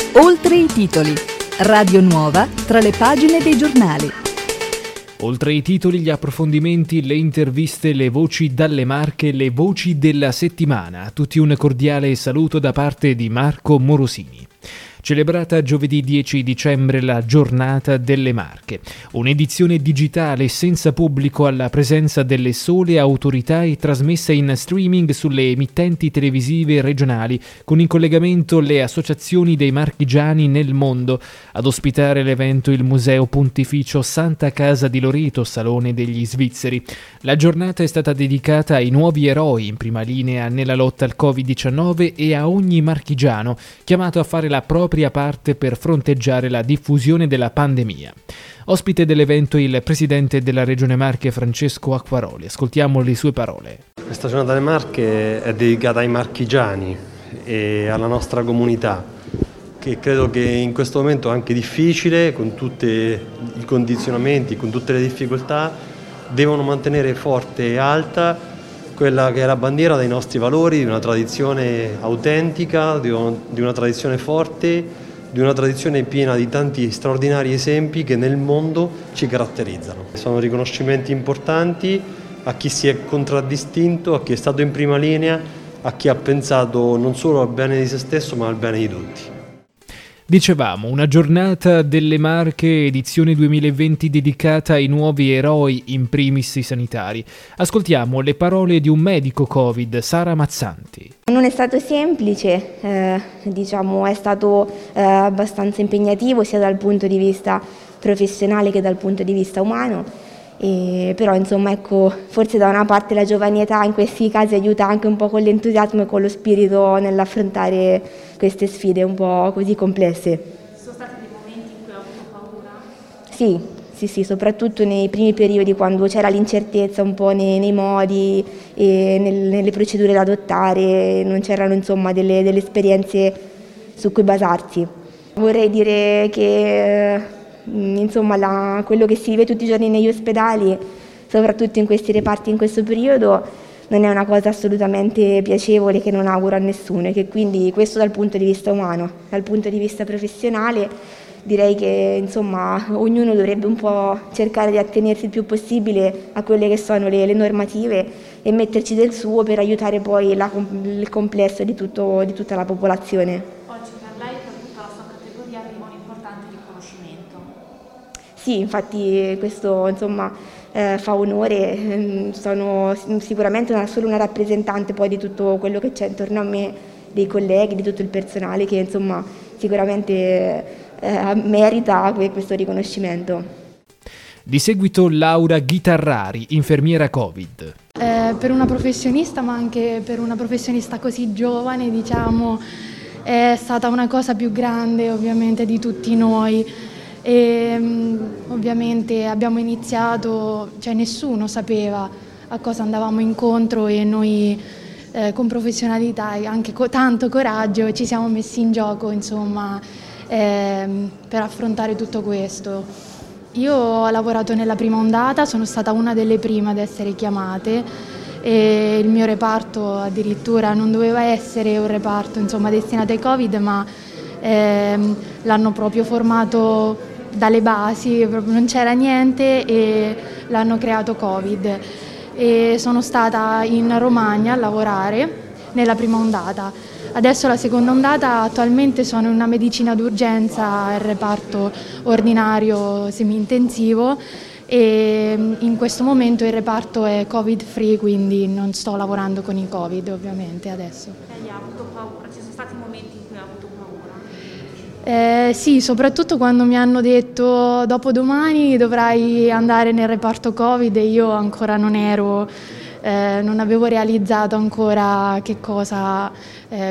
Oltre i titoli. Radio Nuova tra le pagine dei giornali. Oltre i titoli, gli approfondimenti, le interviste, le voci dalle Marche, le voci della settimana. A tutti un cordiale saluto da parte di Marco Morosini. Celebrata giovedì 10 dicembre la Giornata delle Marche, un'edizione digitale senza pubblico alla presenza delle sole autorità e trasmessa in streaming sulle emittenti televisive regionali, con in collegamento le associazioni dei marchigiani nel mondo. Ad ospitare l'evento il Museo Pontificio Santa Casa di Loreto, Salone degli Svizzeri. La giornata è stata dedicata ai nuovi eroi in prima linea nella lotta al Covid-19 e a ogni marchigiano chiamato a fare la propria parte per fronteggiare la diffusione della pandemia. Ospite dell'evento il presidente della Regione Marche Francesco Acquaroli. Ascoltiamo le sue parole. Questa giornata delle Marche è dedicata ai marchigiani e alla nostra comunità, che credo che in questo momento anche difficile, con tutti i condizionamenti, con tutte le difficoltà, devono mantenere forte e alta quella che è la bandiera dei nostri valori, di una tradizione autentica, di una tradizione forte, di una tradizione piena di tanti straordinari esempi che nel mondo ci caratterizzano. Sono riconoscimenti importanti a chi si è contraddistinto, a chi è stato in prima linea, a chi ha pensato non solo al bene di se stesso ma al bene di tutti. Dicevamo, una giornata delle Marche, edizione 2020 dedicata ai nuovi eroi, in primis i sanitari. Ascoltiamo le parole di un medico Covid, Sara Mazzanti. Non è stato semplice, è stato abbastanza impegnativo sia dal punto di vista professionale che dal punto di vista umano. Però forse da una parte la giovane età in questi casi aiuta anche un po' con l'entusiasmo e con lo spirito nell'affrontare queste sfide un po' così complesse. Sono stati dei momenti in cui hai avuto paura? Sì, soprattutto nei primi periodi quando c'era l'incertezza un po' nei modi e nelle procedure da adottare, non c'erano delle esperienze su cui basarsi. Vorrei dire che quello che si vive tutti i giorni negli ospedali, soprattutto in questi reparti in questo periodo, non è una cosa assolutamente piacevole che non auguro a nessuno, e che quindi questo dal punto di vista umano. Dal punto di vista professionale direi che ognuno dovrebbe un po' cercare di attenersi il più possibile a quelle che sono le normative e metterci del suo per aiutare poi il complesso di tutta la popolazione. Sì, infatti questo fa onore, sono sicuramente solo una rappresentante poi di tutto quello che c'è intorno a me, dei colleghi, di tutto il personale che sicuramente merita questo riconoscimento. Di seguito Laura Ghitarrari, infermiera Covid. Per una professionista, ma anche per una professionista così giovane, è stata una cosa più grande ovviamente di tutti noi. E ovviamente abbiamo iniziato, nessuno sapeva a cosa andavamo incontro e noi con professionalità e anche tanto coraggio ci siamo messi in gioco per affrontare tutto questo. Io ho lavorato nella prima ondata, sono stata una delle prime ad essere chiamate e il mio reparto addirittura non doveva essere un reparto destinato ai Covid, ma l'hanno proprio formato dalle basi, proprio non c'era niente e l'hanno creato Covid. E sono stata in Romagna a lavorare nella prima ondata. Adesso la seconda ondata, attualmente sono in una medicina d'urgenza, il reparto ordinario semi-intensivo, e in questo momento il reparto è Covid free, quindi non sto lavorando con i Covid ovviamente adesso. Lei ha avuto paura? Ci sono stati momenti in cui ha avuto paura? Sì, soprattutto quando mi hanno detto dopodomani dovrai andare nel reparto Covid e io ancora non avevo realizzato ancora che cosa che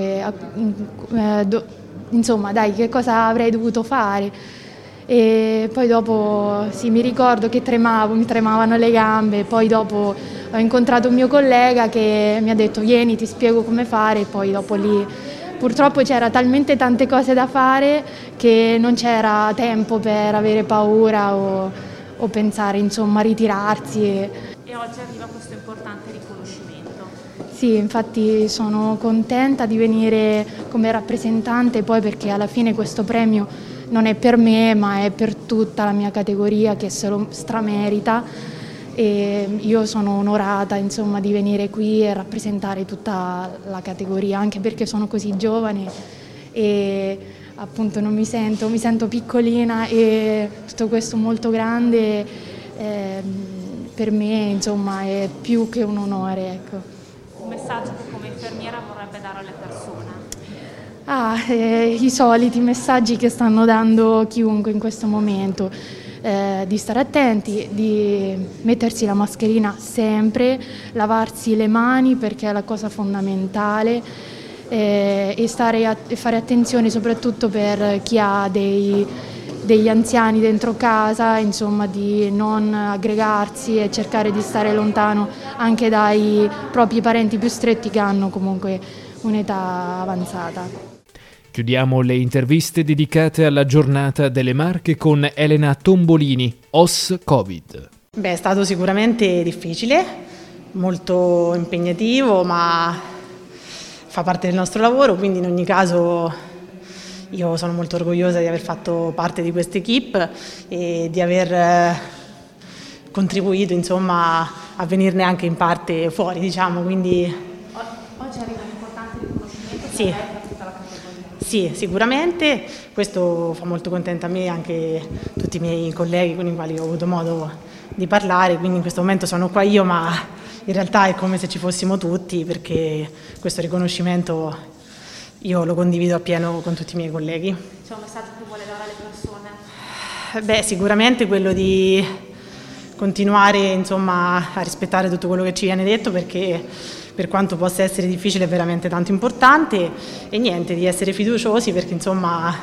cosa avrei dovuto fare. E poi dopo mi ricordo che mi tremavano le gambe, poi dopo ho incontrato un mio collega che mi ha detto vieni, ti spiego come fare, e poi dopo lì purtroppo c'era talmente tante cose da fare che non c'era tempo per avere paura o pensare a ritirarsi. E oggi arriva questo importante riconoscimento. Sì, infatti sono contenta di venire come rappresentante, poi perché alla fine questo premio non è per me, ma è per tutta la mia categoria che se lo stramerita, e io sono onorata, insomma, di venire qui e rappresentare tutta la categoria, anche perché sono così giovane e appunto non mi sento piccolina, e tutto questo molto grande per me, insomma, è più che un onore, ecco. Un messaggio che come infermiera vorrebbe dare alle persone? I soliti messaggi che stanno dando chiunque in questo momento, di stare attenti, di mettersi la mascherina sempre, lavarsi le mani perché è la cosa fondamentale, e fare attenzione soprattutto per chi ha degli anziani dentro casa, insomma, di non aggregarsi e cercare di stare lontano anche dai propri parenti più stretti che hanno comunque un'età avanzata. Chiudiamo le interviste dedicate alla giornata delle Marche con Elena Tombolini, OSS Covid. È stato sicuramente difficile, molto impegnativo, ma fa parte del nostro lavoro, quindi in ogni caso io sono molto orgogliosa di aver fatto parte di questa equipe e di aver contribuito, insomma, a venirne anche in parte fuori, diciamo, quindi Oggi arriva un importante riconoscimento sì. per tutta la categoria. Sì, sicuramente, questo fa molto contenta a me e anche tutti i miei colleghi con i quali ho avuto modo di parlare, quindi in questo momento sono qua io, ma in realtà è come se ci fossimo tutti, perché questo riconoscimento io lo condivido appieno con tutti i miei colleghi. C'è un messaggio che vuole dare alle persone? Sicuramente quello di continuare, insomma, a rispettare tutto quello che ci viene detto, perché per quanto possa essere difficile è veramente tanto importante, e niente, di essere fiduciosi perché insomma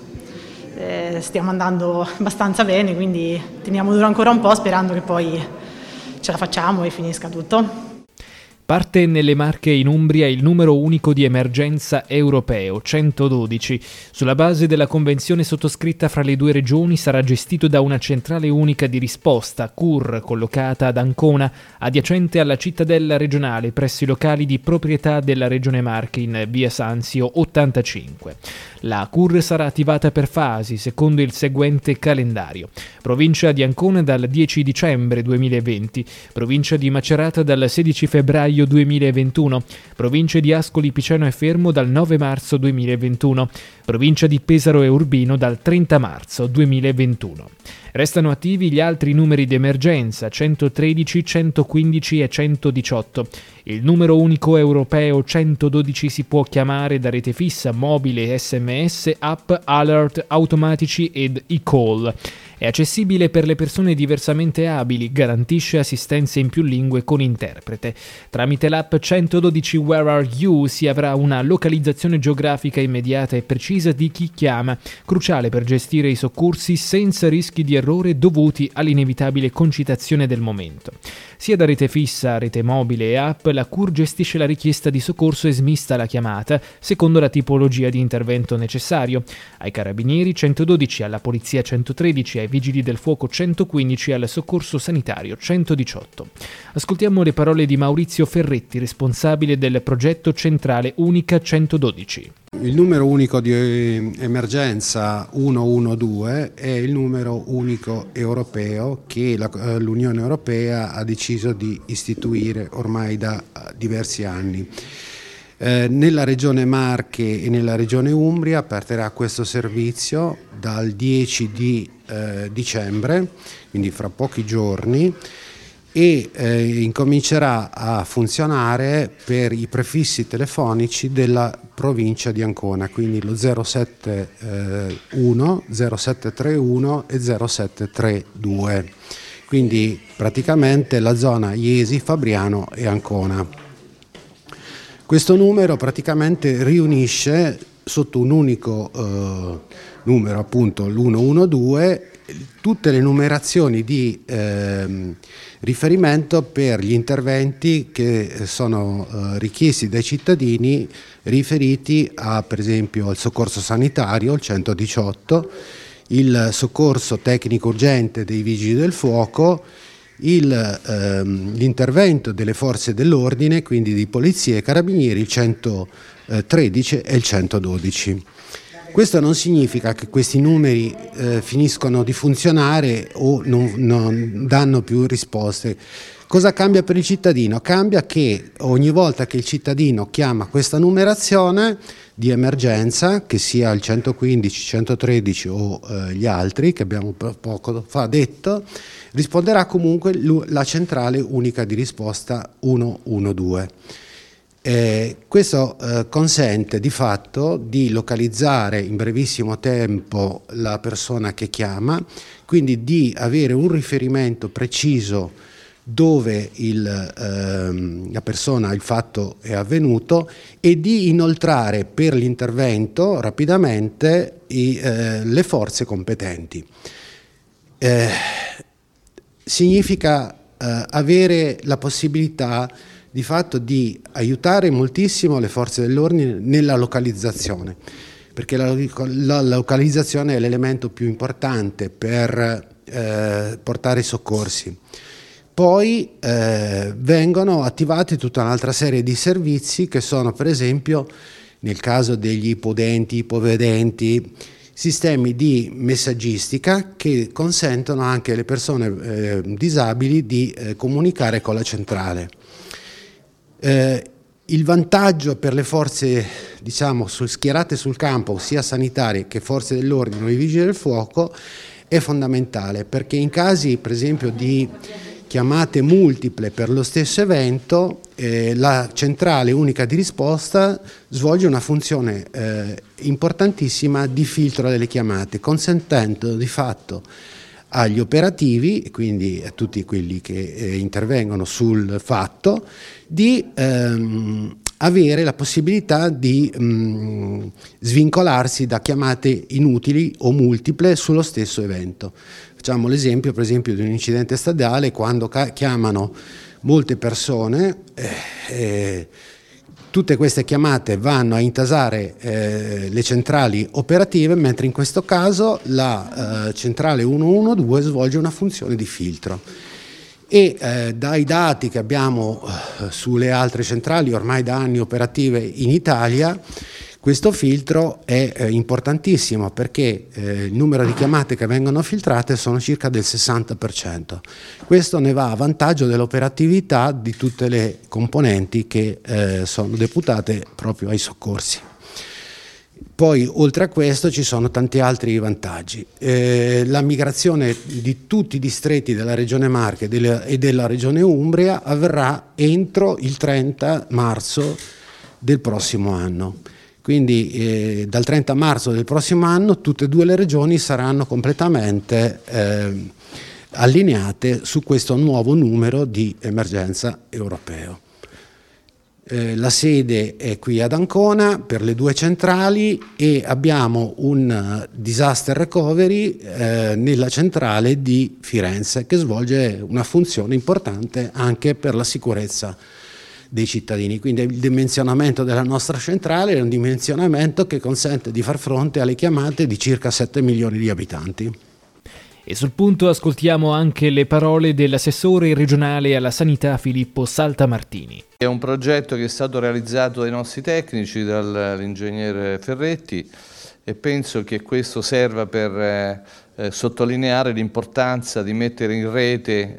stiamo andando abbastanza bene, quindi teniamo duro ancora un po' sperando che poi ce la facciamo e finisca tutto. Parte nelle Marche in Umbria il numero unico di emergenza europeo 112. Sulla base della convenzione sottoscritta fra le due regioni sarà gestito da una centrale unica di risposta, CUR, collocata ad Ancona, adiacente alla cittadella regionale presso i locali di proprietà della Regione Marche in via Sanzio 85. La CUR sarà attivata per fasi, secondo il seguente calendario. Provincia di Ancona dal 10 dicembre 2020, provincia di Macerata dal 16 febbraio 2021, province di Ascoli Piceno e Fermo dal 9 marzo 2021, provincia di Pesaro e Urbino dal 30 marzo 2021. Restano attivi gli altri numeri di emergenza 113, 115 e 118. Il numero unico europeo 112 si può chiamare da rete fissa, mobile, SMS, app, alert automatici ed e-call. È accessibile per le persone diversamente abili, garantisce assistenza in più lingue con interprete. Tramite l'app 112 Where Are You si avrà una localizzazione geografica immediata e precisa di chi chiama, cruciale per gestire i soccorsi senza rischi di errore dovuti all'inevitabile concitazione del momento. Sia da rete fissa, rete mobile e app, la CUR gestisce la richiesta di soccorso e smista la chiamata secondo la tipologia di intervento necessario. Ai carabinieri 112, alla polizia 113, ai vigili del fuoco 115 e al soccorso sanitario 118. Ascoltiamo le parole di Maurizio Ferretti, responsabile del progetto Centrale Unica 112. Il numero unico di emergenza 112 è il numero unico europeo che l'Unione Europea ha deciso di istituire ormai da diversi anni. Nella regione Marche e nella regione Umbria partirà questo servizio dal 10 di dicembre, quindi fra pochi giorni, e incomincerà a funzionare per i prefissi telefonici della provincia di Ancona, quindi lo 071, 0731 e 0732, quindi praticamente la zona Iesi, Fabriano e Ancona. Questo numero praticamente riunisce sotto un unico numero, appunto l'112, tutte le numerazioni di riferimento per gli interventi che sono richiesti dai cittadini riferiti a, per esempio, al soccorso sanitario, il 118, il soccorso tecnico urgente dei vigili del fuoco, l'intervento delle forze dell'ordine, quindi di polizia e carabinieri, il 113 e il 112. Questo non significa che questi numeri finiscono di funzionare o non danno più risposte. Cosa cambia per il cittadino? Cambia che ogni volta che il cittadino chiama questa numerazione di emergenza, che sia il 115, 113 o gli altri che abbiamo poco fa detto, risponderà comunque la centrale unica di risposta 112. Questo consente di fatto di localizzare in brevissimo tempo la persona che chiama, quindi di avere un riferimento preciso dove la persona, il fatto è avvenuto, e di inoltrare per l'intervento rapidamente le forze competenti. Significa avere la possibilità di fatto di aiutare moltissimo le forze dell'ordine nella localizzazione, perché la localizzazione è l'elemento più importante per portare i soccorsi. Poi vengono attivati tutta un'altra serie di servizi che sono, per esempio, nel caso degli ipodenti, ipovedenti, sistemi di messaggistica che consentono anche alle persone disabili di comunicare con la centrale. Il vantaggio per le forze, diciamo, schierate sul campo, sia sanitarie che forze dell'ordine o i vigili del fuoco, è fondamentale, perché in casi, per esempio, di chiamate multiple per lo stesso evento, la centrale unica di risposta svolge una funzione importantissima di filtro delle chiamate, consentendo di fatto agli operativi, quindi a tutti quelli che intervengono sul fatto, di avere la possibilità di svincolarsi da chiamate inutili o multiple sullo stesso evento. Facciamo l'esempio, per esempio, di un incidente stradale, quando chiamano molte persone, tutte queste chiamate vanno a intasare le centrali operative, mentre in questo caso la centrale 112 svolge una funzione di filtro. E dai dati che abbiamo sulle altre centrali ormai da anni operative in Italia, questo filtro è importantissimo, perché il numero di chiamate che vengono filtrate sono circa del 60%. Questo ne va a vantaggio dell'operatività di tutte le componenti che sono deputate proprio ai soccorsi. Poi, oltre a questo, ci sono tanti altri vantaggi. La migrazione di tutti i distretti della Regione Marche e della Regione Umbria avverrà entro il 30 marzo del prossimo anno. Quindi dal 30 marzo del prossimo anno tutte e due le regioni saranno completamente allineate su questo nuovo numero di emergenza europeo. La sede è qui ad Ancona per le due centrali e abbiamo un disaster recovery nella centrale di Firenze, che svolge una funzione importante anche per la sicurezza dei cittadini. Quindi il dimensionamento della nostra centrale è un dimensionamento che consente di far fronte alle chiamate di circa 7 milioni di abitanti. E sul punto ascoltiamo anche le parole dell'assessore regionale alla sanità Filippo Saltamartini. È un progetto che è stato realizzato dai nostri tecnici, dall'ingegnere Ferretti, e penso che questo serva per sottolineare l'importanza di mettere in rete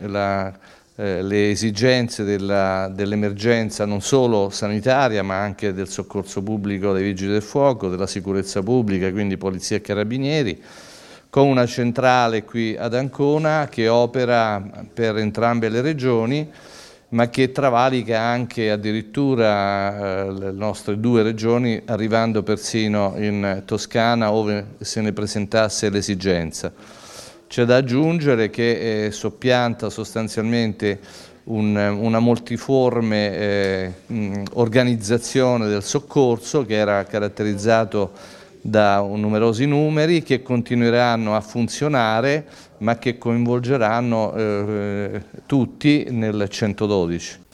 le esigenze dell'emergenza non solo sanitaria ma anche del soccorso pubblico dei vigili del fuoco, della sicurezza pubblica, quindi polizia e carabinieri, con una centrale qui ad Ancona che opera per entrambe le regioni, ma che travalica anche addirittura le nostre due regioni, arrivando persino in Toscana, ove se ne presentasse l'esigenza. C'è da aggiungere che soppianta sostanzialmente una multiforme organizzazione del soccorso che era caratterizzato da numerosi numeri che continueranno a funzionare ma che coinvolgeranno tutti nel 112.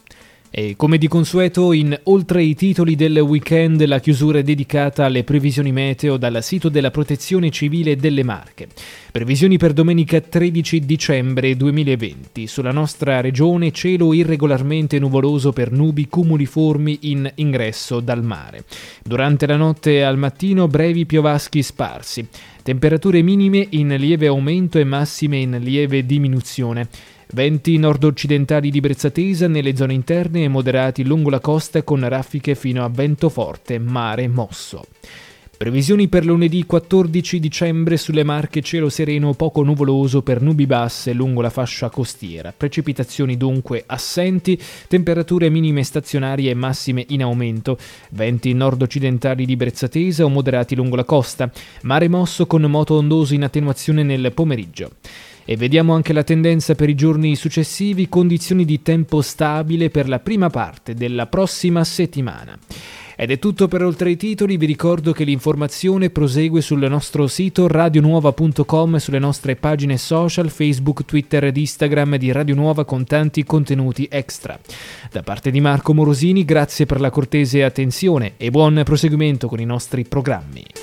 E come di consueto, oltre ai titoli del weekend, la chiusura è dedicata alle previsioni meteo dal sito della Protezione Civile delle Marche. Previsioni per domenica 13 dicembre 2020. Sulla nostra regione cielo irregolarmente nuvoloso per nubi cumuliformi in ingresso dal mare. Durante la notte e al mattino brevi piovaschi sparsi. Temperature minime in lieve aumento e massime in lieve diminuzione. Venti nord-occidentali di brezzatesa nelle zone interne e moderati lungo la costa con raffiche fino a vento forte, mare mosso. Previsioni per lunedì 14 dicembre sulle Marche: cielo sereno poco nuvoloso per nubi basse lungo la fascia costiera. Precipitazioni dunque assenti, temperature minime stazionarie e massime in aumento. Venti nord-occidentali di brezzatesa o moderati lungo la costa. Mare mosso con moto ondoso in attenuazione nel pomeriggio. E vediamo anche la tendenza per i giorni successivi, condizioni di tempo stabile per la prima parte della prossima settimana. Ed è tutto per Oltre i titoli. Vi ricordo che l'informazione prosegue sul nostro sito radionuova.com e sulle nostre pagine social Facebook, Twitter ed Instagram di Radio Nuova con tanti contenuti extra. Da parte di Marco Morosini, grazie per la cortese attenzione e buon proseguimento con i nostri programmi.